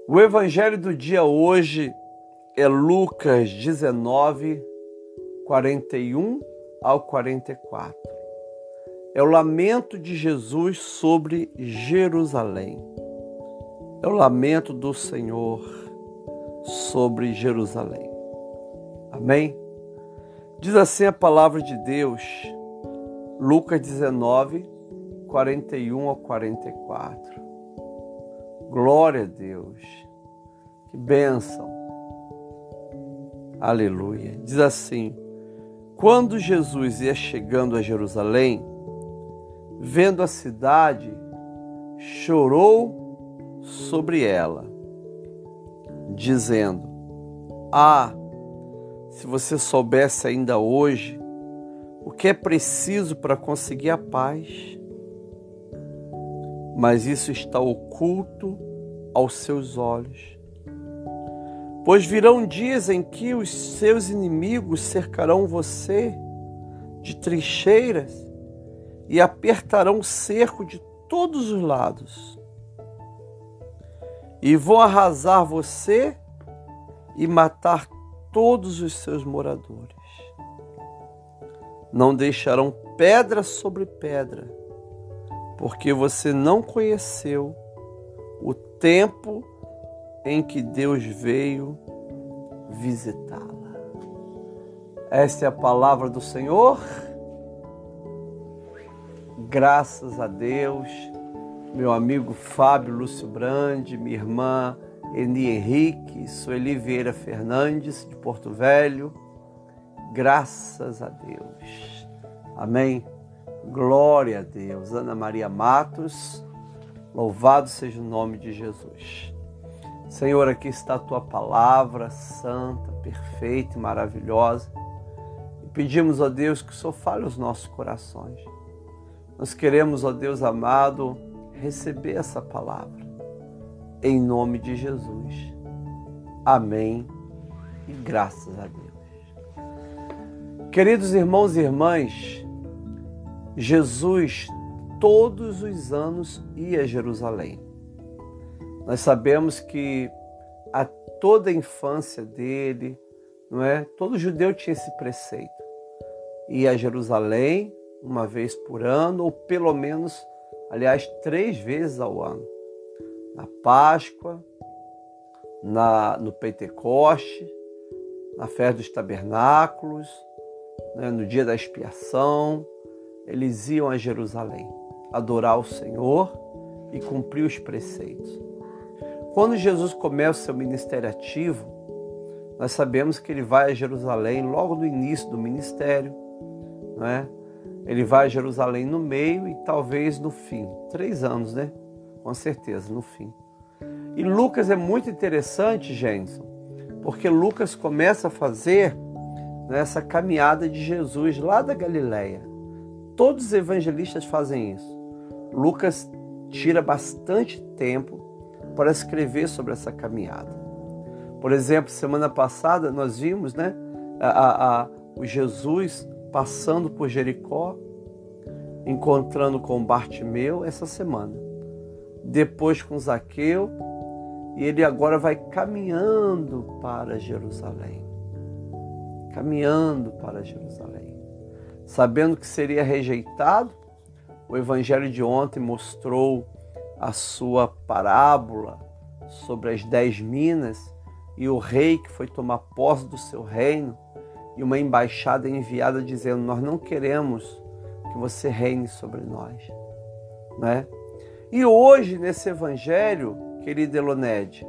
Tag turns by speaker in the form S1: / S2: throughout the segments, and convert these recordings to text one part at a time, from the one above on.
S1: O evangelho do dia hoje é Lucas 19, 41 ao 44. É o lamento de Jesus sobre Jerusalém. É o lamento do Senhor sobre Jerusalém. Amém? Diz assim a palavra de Deus, Lucas 19, 41 ao 44. Glória a Deus. Que bênção. Aleluia. Diz assim: quando Jesus ia chegando a Jerusalém, vendo a cidade, chorou sobre ela, dizendo: se você soubesse ainda hoje o que é preciso para conseguir a paz, mas isso está oculto aos seus olhos. Pois virão dias em que os seus inimigos cercarão você de trincheiras e apertarão o cerco de todos os lados. E vão arrasar você e matar todos os seus moradores. Não deixarão pedra sobre pedra, porque você não conheceu o tempo em que Deus veio visitá-la. Esta é a palavra do Senhor. Graças a Deus, meu amigo Fábio Lúcio Brandi, minha irmã Eni Henrique, Sueli Vieira Fernandes, de Porto Velho. Graças a Deus. Amém. Glória a Deus. Ana Maria Matos, louvado seja o nome de Jesus. Senhor, aqui está a Tua palavra santa, perfeita e maravilhosa. E pedimos, ó Deus, que o Senhor fale aos nossos corações. Nós queremos, ó Deus amado, receber essa palavra. Em nome de Jesus. Amém. E graças a Deus. Queridos irmãos e irmãs, Jesus todos os anos ia a Jerusalém. Nós sabemos que a toda a infância dele, não é? Todo judeu tinha esse preceito. Ia a Jerusalém uma vez por ano, ou pelo menos, aliás, 3 vezes ao ano. Na Páscoa, no Pentecoste, na festa dos tabernáculos, né? No dia da expiação, eles iam a Jerusalém adorar o Senhor e cumprir os preceitos. Quando Jesus começa o seu ministério ativo, nós sabemos que ele vai a Jerusalém logo no início do ministério, não é? Ele vai a Jerusalém no meio e talvez no fim. 3 anos, né? Com certeza, no fim. E Lucas é muito interessante, Jenson, porque Lucas começa a fazer essa caminhada de Jesus lá da Galileia. Todos os evangelistas fazem isso. Lucas tira bastante tempo para escrever sobre essa caminhada. Por exemplo, semana passada nós vimos, né, o Jesus passando por Jericó, encontrando com Bartimeu essa semana. Depois com Zaqueu, e ele agora vai caminhando para Jerusalém. Caminhando para Jerusalém. Sabendo que seria rejeitado, o evangelho de ontem mostrou a sua parábola sobre as 10 minas e o rei que foi tomar posse do seu reino e uma embaixada enviada dizendo: nós não queremos que você reine sobre nós, né? E hoje, nesse evangelho, querido Elonede,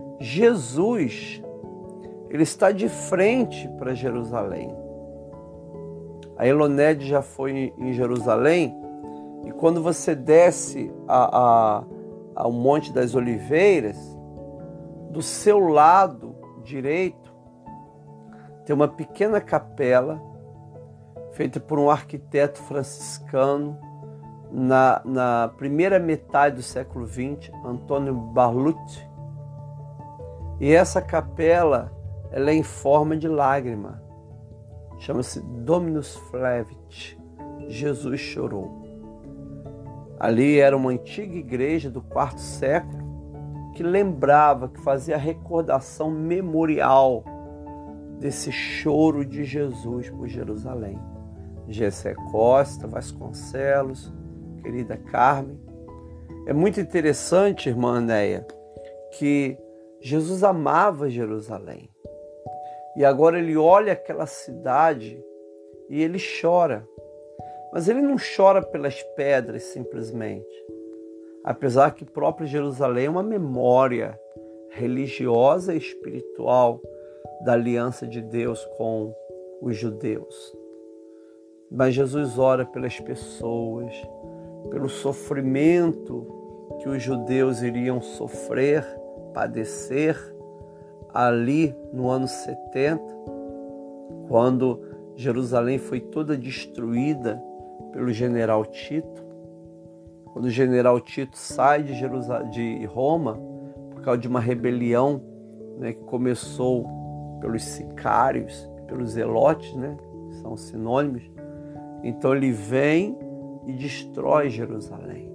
S1: Jesus, ele está de frente para Jerusalém. A Elonede já foi em Jerusalém, e quando você desce ao Monte das Oliveiras, do seu lado direito, tem uma pequena capela feita por um arquiteto franciscano na primeira metade do século XX, Antônio Barlucci. E essa capela, ela é em forma de lágrima. Chama-se Dominus Flevit. Jesus chorou. Ali era uma antiga igreja do 4º século que lembrava, que fazia a recordação memorial desse choro de Jesus por Jerusalém. Gessé Costa, Vasconcelos, querida Carmen. É muito interessante, irmã Anéia, que Jesus amava Jerusalém. E agora ele olha aquela cidade e ele chora. Mas ele não chora pelas pedras simplesmente. Apesar que próprio Jerusalém é uma memória religiosa e espiritual da aliança de Deus com os judeus. Mas Jesus ora pelas pessoas, pelo sofrimento que os judeus iriam sofrer, padecer ali no ano 70, quando Jerusalém foi toda destruída pelo general Tito. Quando o general Tito sai de Roma por causa de uma rebelião, né, que começou pelos sicários, pelos zelotes, né, que são sinônimos. Então ele vem e destrói Jerusalém.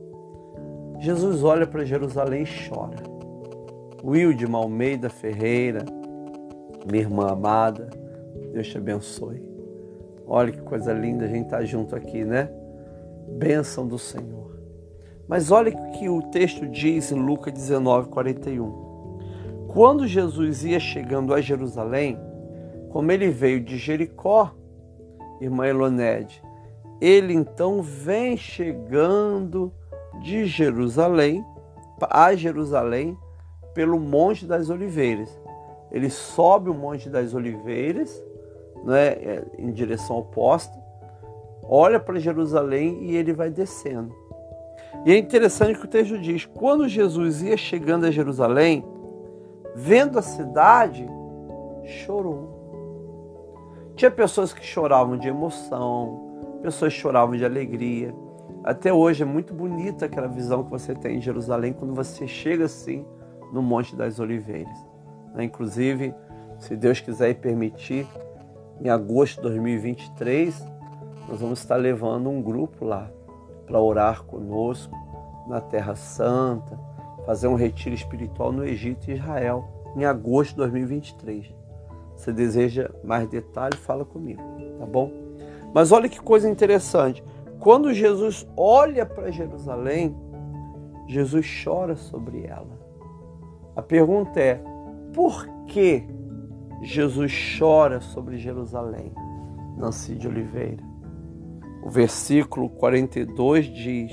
S1: Jesus olha para Jerusalém e chora. Wilde Almeida Ferreira, minha irmã amada, Deus te abençoe. Olha que coisa linda a gente estar junto aqui, né? Bênção do Senhor. Mas olha o que o texto diz em Lucas 19:41. Quando Jesus ia chegando a Jerusalém, como ele veio de Jericó, irmã Elonede, ele então vem chegando de Jerusalém, a Jerusalém, pelo Monte das Oliveiras. Ele sobe o Monte das Oliveiras, né, em direção oposta, olha para Jerusalém e ele vai descendo. E é interessante que o texto diz, quando Jesus ia chegando a Jerusalém, vendo a cidade, chorou. Tinha pessoas que choravam de emoção, pessoas que choravam de alegria. Até hoje é muito bonita aquela visão que você tem em Jerusalém quando você chega assim no Monte das Oliveiras. Inclusive, se Deus quiser e permitir, em agosto de 2023, nós vamos estar levando um grupo lá para orar conosco na Terra Santa, fazer um retiro espiritual no Egito e Israel, em agosto de 2023. Se deseja mais detalhes, fala comigo, tá bom? Mas olha que coisa interessante. Quando Jesus olha para Jerusalém, Jesus chora sobre ela. A pergunta é, por que Jesus chora sobre Jerusalém? Nancy de Oliveira. O versículo 42 diz,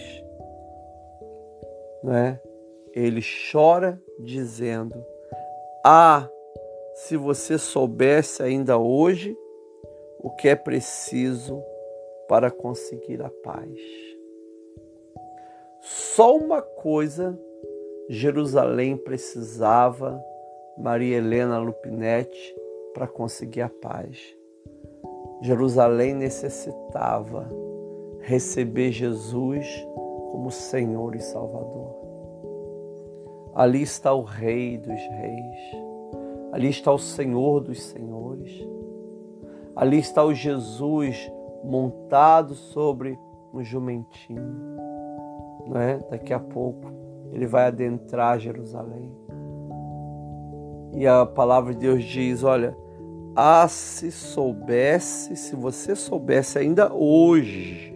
S1: né? Ele chora dizendo, se você soubesse ainda hoje o que é preciso para conseguir a paz. Só uma coisa Jerusalém precisava, Maria Helena Lupinetti, para conseguir a paz. Jerusalém necessitava receber Jesus como Senhor e Salvador. Ali está o Rei dos Reis. Ali está o Senhor dos Senhores. Ali está o Jesus montado sobre um jumentinho. Não é? Daqui a pouco ele vai adentrar Jerusalém. E a palavra de Deus diz, olha, se você soubesse ainda hoje,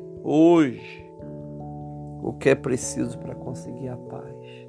S1: o que é preciso para conseguir a paz.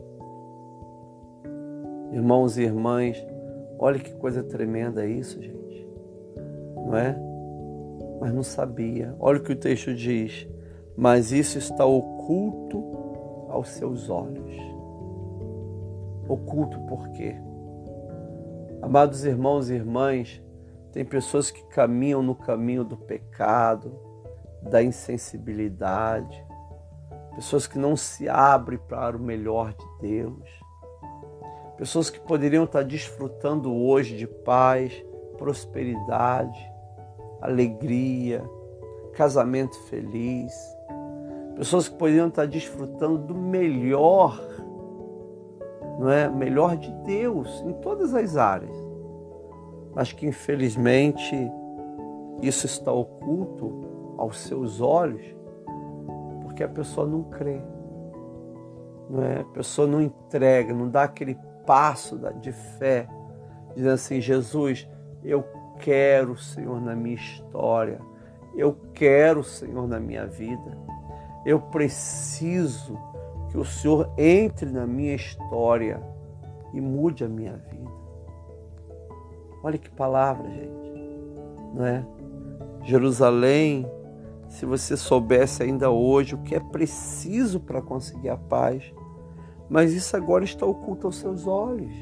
S1: Irmãos e irmãs, olha que coisa tremenda isso, gente. Não é? Mas não sabia. Olha o que o texto diz. Mas isso está oculto aos seus olhos. Oculto por quê? Amados irmãos e irmãs, tem pessoas que caminham no caminho do pecado, da insensibilidade, pessoas que não se abrem para o melhor de Deus, pessoas que poderiam estar desfrutando hoje de paz, prosperidade, alegria, casamento feliz, pessoas que poderiam estar desfrutando do melhor, não é? O melhor de Deus em todas as áreas, mas que infelizmente isso está oculto aos seus olhos porque a pessoa não crê. não é? A pessoa não entrega, não dá aquele passo de fé, dizendo assim: Jesus, eu quero o Senhor na minha história, eu quero o Senhor na minha vida, eu preciso que o Senhor entre na minha história e mude a minha vida. Olha que palavra, gente, não é? Jerusalém, se você soubesse ainda hoje o que é preciso para conseguir a paz, mas isso agora está oculto aos seus olhos.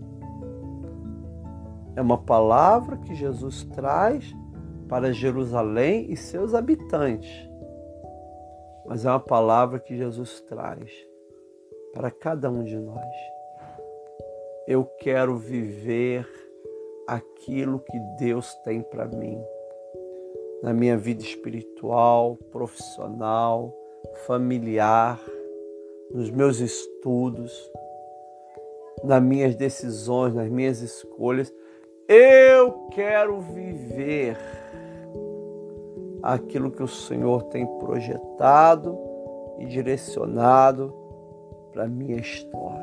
S1: É uma palavra que Jesus traz para Jerusalém e seus habitantes, mas é uma palavra que Jesus traz para cada um de nós. Eu quero viver aquilo que Deus tem para mim, na minha vida espiritual, profissional, familiar, nos meus estudos, nas minhas decisões, nas minhas escolhas. Eu quero viver aquilo que o Senhor tem projetado e direcionado para a minha história.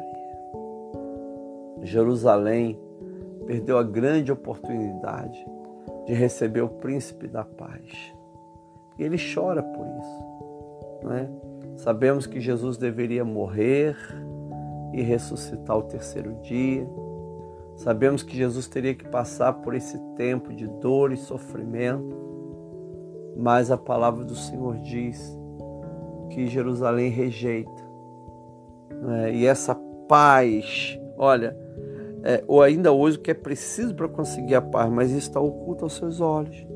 S1: Jerusalém perdeu a grande oportunidade de receber o príncipe da paz. E ele chora por isso, não é? Sabemos que Jesus deveria morrer e ressuscitar ao terceiro dia. Sabemos que Jesus teria que passar por esse tempo de dor e sofrimento, mas a palavra do Senhor diz que Jerusalém rejeita, não é? E essa paz, olha, ou ainda hoje o que é preciso para conseguir a paz, mas isso está oculto aos seus olhos.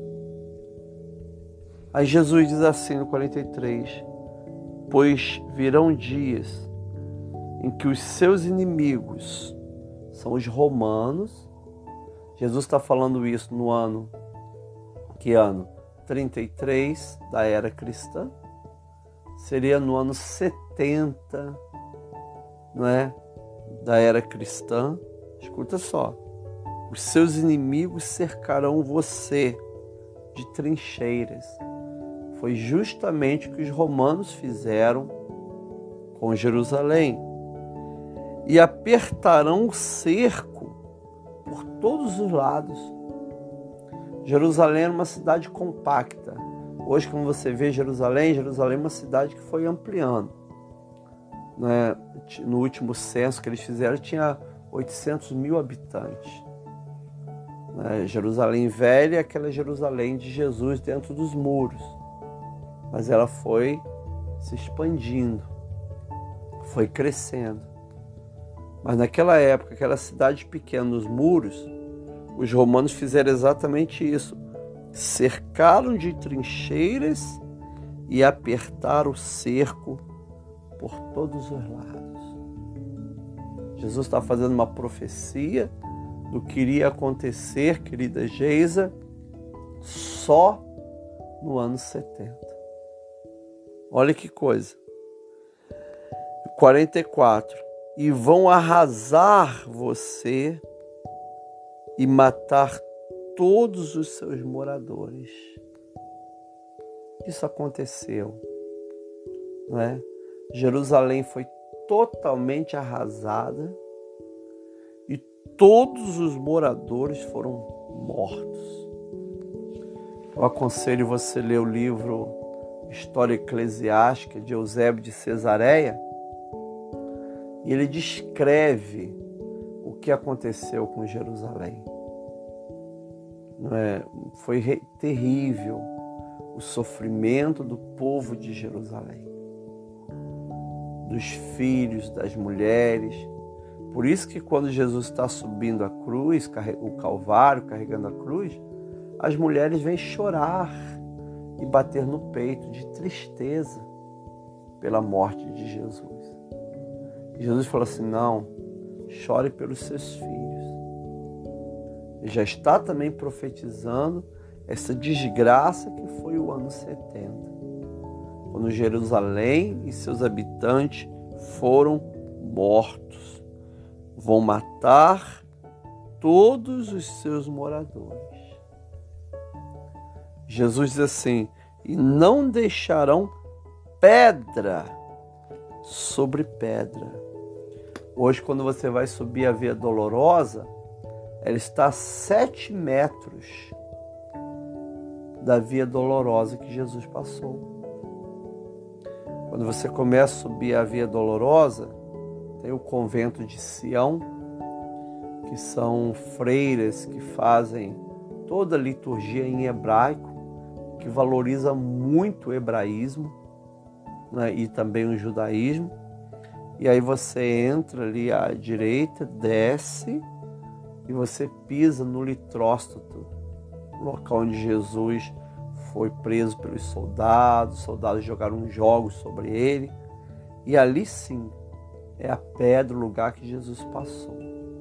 S1: Aí Jesus diz assim no 43, pois virão dias em que os seus inimigos são os romanos. Jesus está falando isso no ano, que ano? 33 da era cristã. Seria no ano 70, não é? Da era cristã. Escuta só, os seus inimigos cercarão você de trincheiras. Foi justamente o que os romanos fizeram com Jerusalém. E apertarão o cerco por todos os lados. Jerusalém era uma cidade compacta. Hoje, como você vê Jerusalém é uma cidade que foi ampliando, né? No último censo que eles fizeram, tinha 800 mil habitantes. Jerusalém Velha é aquela Jerusalém de Jesus dentro dos muros, mas ela foi se expandindo, foi crescendo. Mas naquela época, aquela cidade pequena nos muros, os romanos fizeram exatamente isso. Cercaram de trincheiras e apertaram o cerco por todos os lados. Jesus está fazendo uma profecia do que iria acontecer, querida Geisa, só no ano 70. Olha que coisa. 44. E vão arrasar você e matar todos os seus moradores. Isso aconteceu, não é? Jerusalém foi totalmente arrasada e todos os moradores foram mortos. Eu aconselho você a ler o livro História Eclesiástica de Eusébio de Cesareia, e ele descreve o que aconteceu com Jerusalém. Não é? Foi terrível o sofrimento do povo de Jerusalém, dos filhos, das mulheres. Por isso que quando Jesus está subindo a cruz, o Calvário, carregando a cruz, as mulheres vêm chorar e bater no peito de tristeza pela morte de Jesus. E Jesus falou assim: não, chore pelos seus filhos. Ele já está também profetizando essa desgraça que foi o ano 70, quando Jerusalém e seus habitantes foram mortos. Vão matar todos os seus moradores. Jesus diz assim: e não deixarão pedra sobre pedra. Hoje, quando você vai subir a Via Dolorosa, ela está a 7 metros da Via Dolorosa que Jesus passou. Quando você começa a subir a Via Dolorosa, tem o convento de Sião, que são freiras que fazem toda a liturgia em hebraico, que valoriza muito o hebraísmo, né, e também o judaísmo. E aí você entra ali à direita, desce e você pisa no litróstoto, local onde Jesus foi preso pelos soldados. Os soldados jogaram jogos sobre ele. E ali sim é a pedra, o lugar que Jesus passou.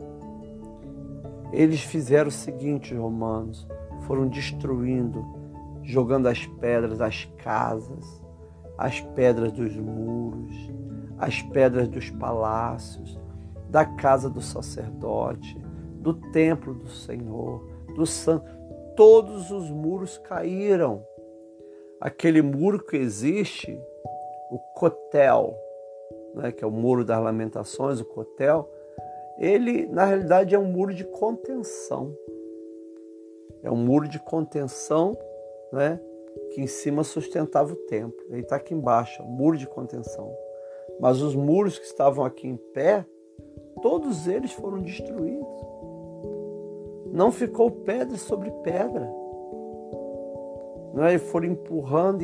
S1: Eles fizeram o seguinte, os romanos, foram destruindo, jogando as pedras das casas, as pedras dos muros, as pedras dos palácios, da casa do sacerdote, do templo do Senhor, do santo. Todos os muros caíram. Aquele muro que existe, o Cotel, né, que é o Muro das Lamentações, o Cotel, ele, na realidade, é um muro de contenção. É um muro de contenção, né, que em cima sustentava o templo. Ele está aqui embaixo, o muro de contenção. Mas os muros que estavam aqui em pé, todos eles foram destruídos. Não ficou pedra sobre pedra. Não é? E foram empurrando,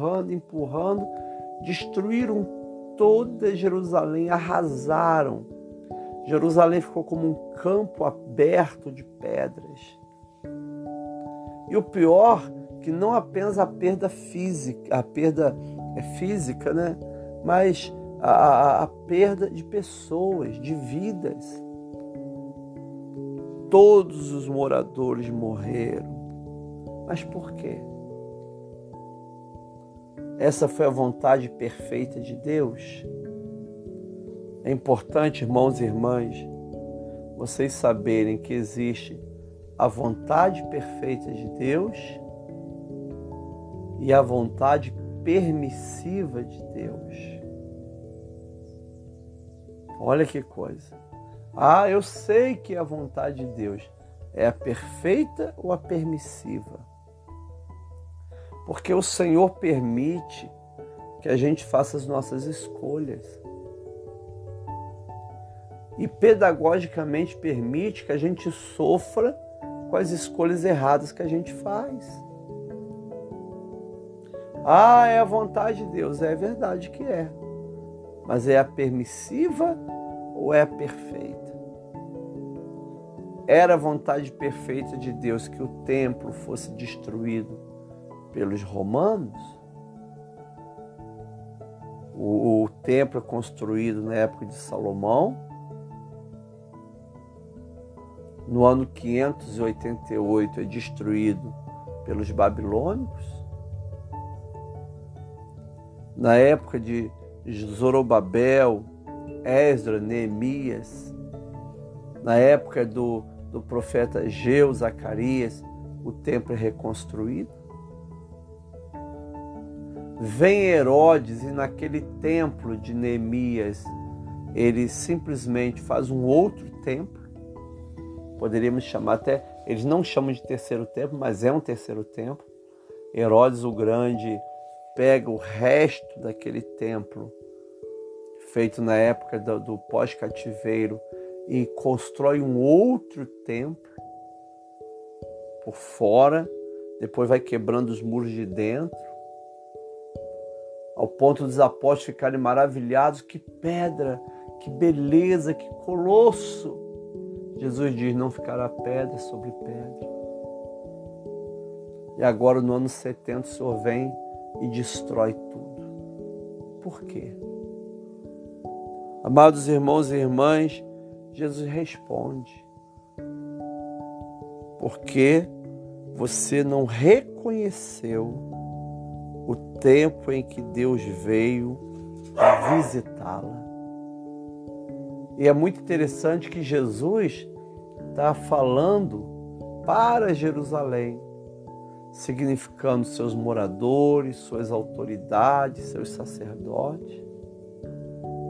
S1: destruíram toda Jerusalém, arrasaram. Jerusalém ficou como um campo aberto de pedras. E o pior, que não apenas a perda física, a perda é física, né? Mas a perda de pessoas, de vidas. Todos os moradores morreram. Mas por quê? Essa foi a vontade perfeita de Deus? É importante, irmãos e irmãs, vocês saberem que existe a vontade perfeita de Deus e a vontade permissiva de Deus. Olha que coisa. Ah, eu sei que a vontade de Deus é a perfeita ou a permissiva. Porque o Senhor permite que a gente faça as nossas escolhas. E pedagogicamente permite que a gente sofra com as escolhas erradas que a gente faz. Ah, é a vontade de Deus. É verdade que é. Mas é a permissiva ou é a perfeita? Era a vontade perfeita de Deus que o templo fosse destruído pelos romanos? O templo é construído na época de Salomão. No ano 588 é destruído pelos babilônicos. Na época de Zorobabel, Esdras, Neemias, na época do profeta Ageu, Zacarias, o templo é reconstruído. Vem Herodes e naquele templo de Neemias, ele simplesmente faz um outro templo. Poderíamos chamar até, eles não chamam de terceiro templo, mas é um terceiro templo. Herodes o Grande pega o resto daquele templo, feito na época do pós-cativeiro, e constrói um outro templo por fora, depois vai quebrando os muros de dentro, ao ponto dos apóstolos ficarem maravilhados. Que pedra, que beleza, que colosso! Jesus diz, não ficará pedra sobre pedra. E agora no ano 70 o Senhor vem e destrói tudo. Por quê? Amados irmãos e irmãs, Jesus responde: porque você não reconheceu o tempo em que Deus veio visitá-la. E é muito interessante que Jesus está falando para Jerusalém, significando seus moradores, suas autoridades, seus sacerdotes.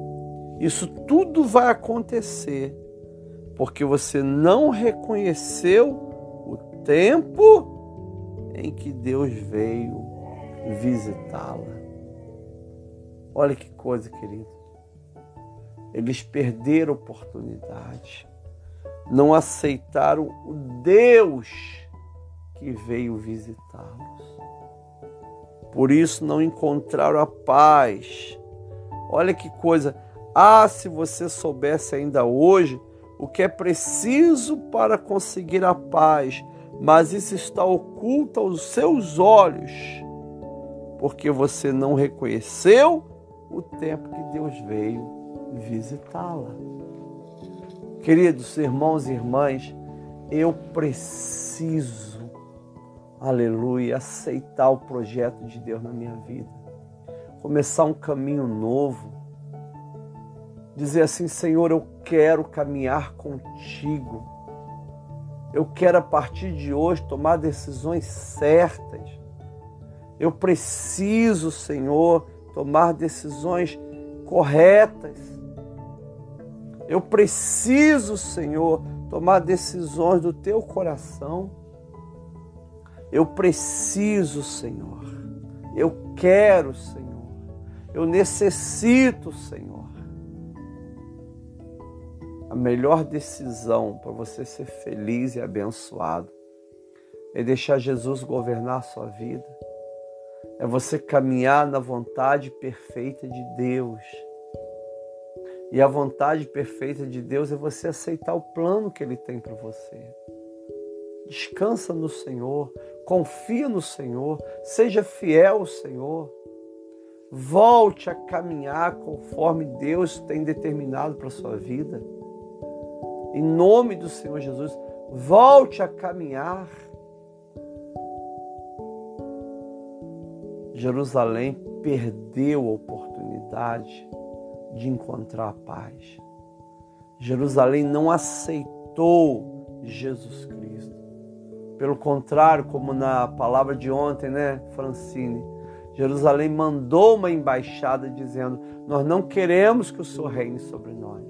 S1: Isso tudo vai acontecer porque você não reconheceu o tempo em que Deus veio visitá-la. Olha que coisa, querido. Eles perderam a oportunidade. Não aceitaram o Deus que veio visitá-los. Por isso não encontraram a paz. Olha que coisa. Se você soubesse ainda hoje o que é preciso para conseguir a paz, mas isso está oculto aos seus olhos, porque você não reconheceu o tempo que Deus veio visitá-la. Queridos irmãos e irmãs, eu preciso, aleluia, aceitar o projeto de Deus na minha vida, começar um caminho novo, dizer assim: Senhor, eu quero caminhar contigo, eu quero a partir de hoje tomar decisões certas, eu preciso, Senhor, tomar decisões corretas, eu preciso, Senhor, tomar decisões do teu coração, eu preciso, Senhor, eu quero, Senhor, eu necessito, Senhor. A melhor decisão para você ser feliz e abençoado é deixar Jesus governar a sua vida. É você caminhar na vontade perfeita de Deus. E a vontade perfeita de Deus é você aceitar o plano que Ele tem para você. Descansa no Senhor, confia no Senhor, seja fiel ao Senhor. Volte a caminhar conforme Deus tem determinado para a sua vida. Em nome do Senhor Jesus, volte a caminhar. Jerusalém perdeu a oportunidade de encontrar a paz. Jerusalém não aceitou Jesus Cristo. Pelo contrário, como na palavra de ontem, Francine? Jerusalém mandou uma embaixada dizendo: nós não queremos que o Senhor reine sobre nós.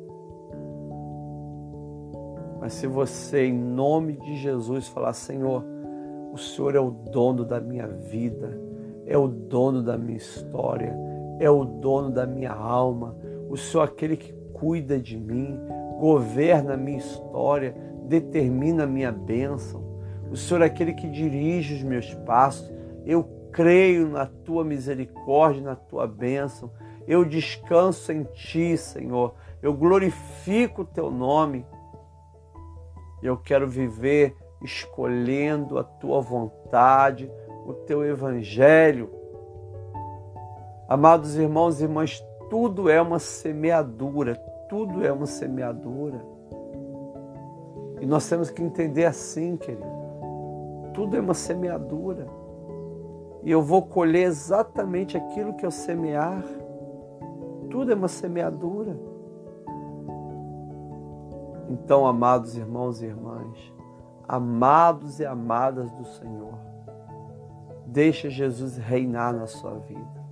S1: Mas se você, em nome de Jesus, falar: Senhor, o Senhor é o dono da minha vida, é o dono da minha história, é o dono da minha alma, o Senhor é aquele que cuida de mim, governa a minha história, determina a minha bênção, o Senhor é aquele que dirige os meus passos, eu creio na tua misericórdia, na tua bênção, eu descanso em ti, Senhor, eu glorifico o teu nome. Eu quero viver escolhendo a tua vontade, o teu evangelho. Amados irmãos e irmãs, tudo é uma semeadura, tudo é uma semeadura. E nós temos que entender assim, querido. Tudo é uma semeadura. E eu vou colher exatamente aquilo que eu semear. Tudo é uma semeadura. Então, amados irmãos e irmãs, amados e amadas do Senhor, deixa Jesus reinar na sua vida.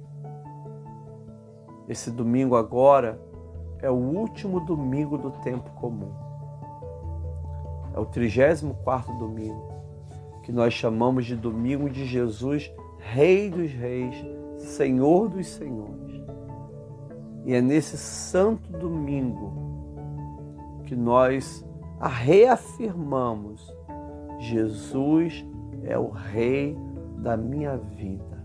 S1: Esse domingo agora é o último domingo do tempo comum. É o 34º domingo, que nós chamamos de domingo de Jesus, Rei dos Reis, Senhor dos Senhores. E é nesse santo domingo que nós reafirmamos: Jesus é o Rei da minha vida.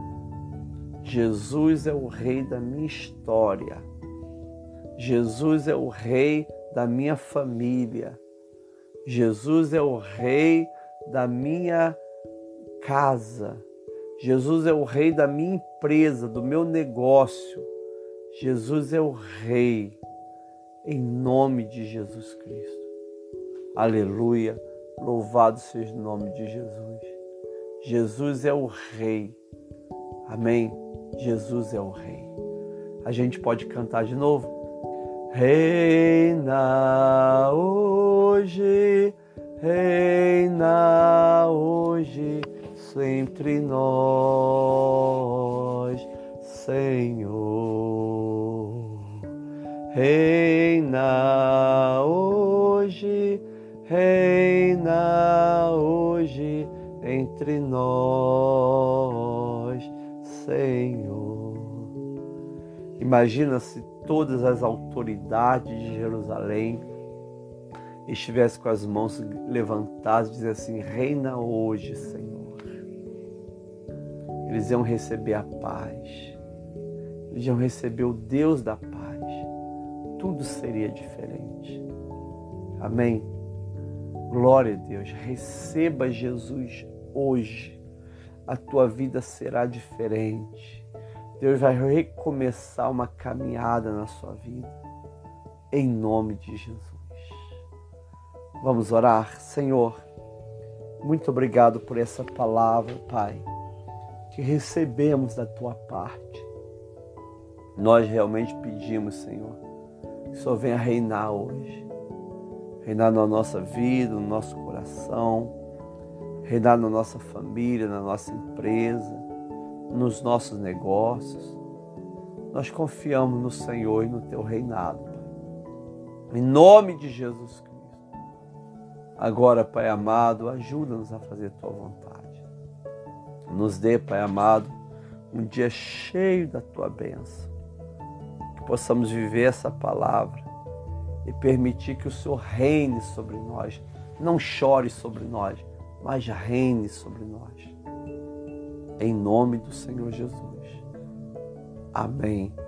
S1: Jesus é o Rei da minha história. Jesus é o Rei da minha família. Jesus é o Rei da minha casa. Jesus é o Rei da minha empresa, do meu negócio. Jesus é o Rei. Em nome de Jesus Cristo. Aleluia. Louvado seja o nome de Jesus. Jesus é o Rei. Amém? Jesus é o Rei. A gente pode cantar de novo? Reina hoje, entre nós, Senhor. reina hoje entre nós, Senhor. Imagina se todas as autoridades de Jerusalém estivessem com as mãos levantadas e dizessem assim: reina hoje, Senhor. Eles iam receber a paz, eles iam receber o Deus da paz. Tudo seria diferente. Amém? Glória a Deus. Receba Jesus hoje. A tua vida será diferente. Deus vai recomeçar uma caminhada na sua vida. Em nome de Jesus. Vamos orar. Senhor, muito obrigado por essa palavra, Pai, que recebemos da tua parte. Nós realmente pedimos, Senhor, que o Senhor venha reinar hoje. Reinar na nossa vida, no nosso coração, reinar na nossa família, na nossa empresa, nos nossos negócios. Nós confiamos no Senhor e no teu reinado, Pai. Em nome de Jesus Cristo. Agora, Pai amado, ajuda-nos a fazer tua vontade. Nos dê, Pai amado, um dia cheio da tua bênção. Que possamos viver essa palavra e permitir que o Senhor reine sobre nós. Não chore sobre nós, mas reine sobre nós. Em nome do Senhor Jesus. Amém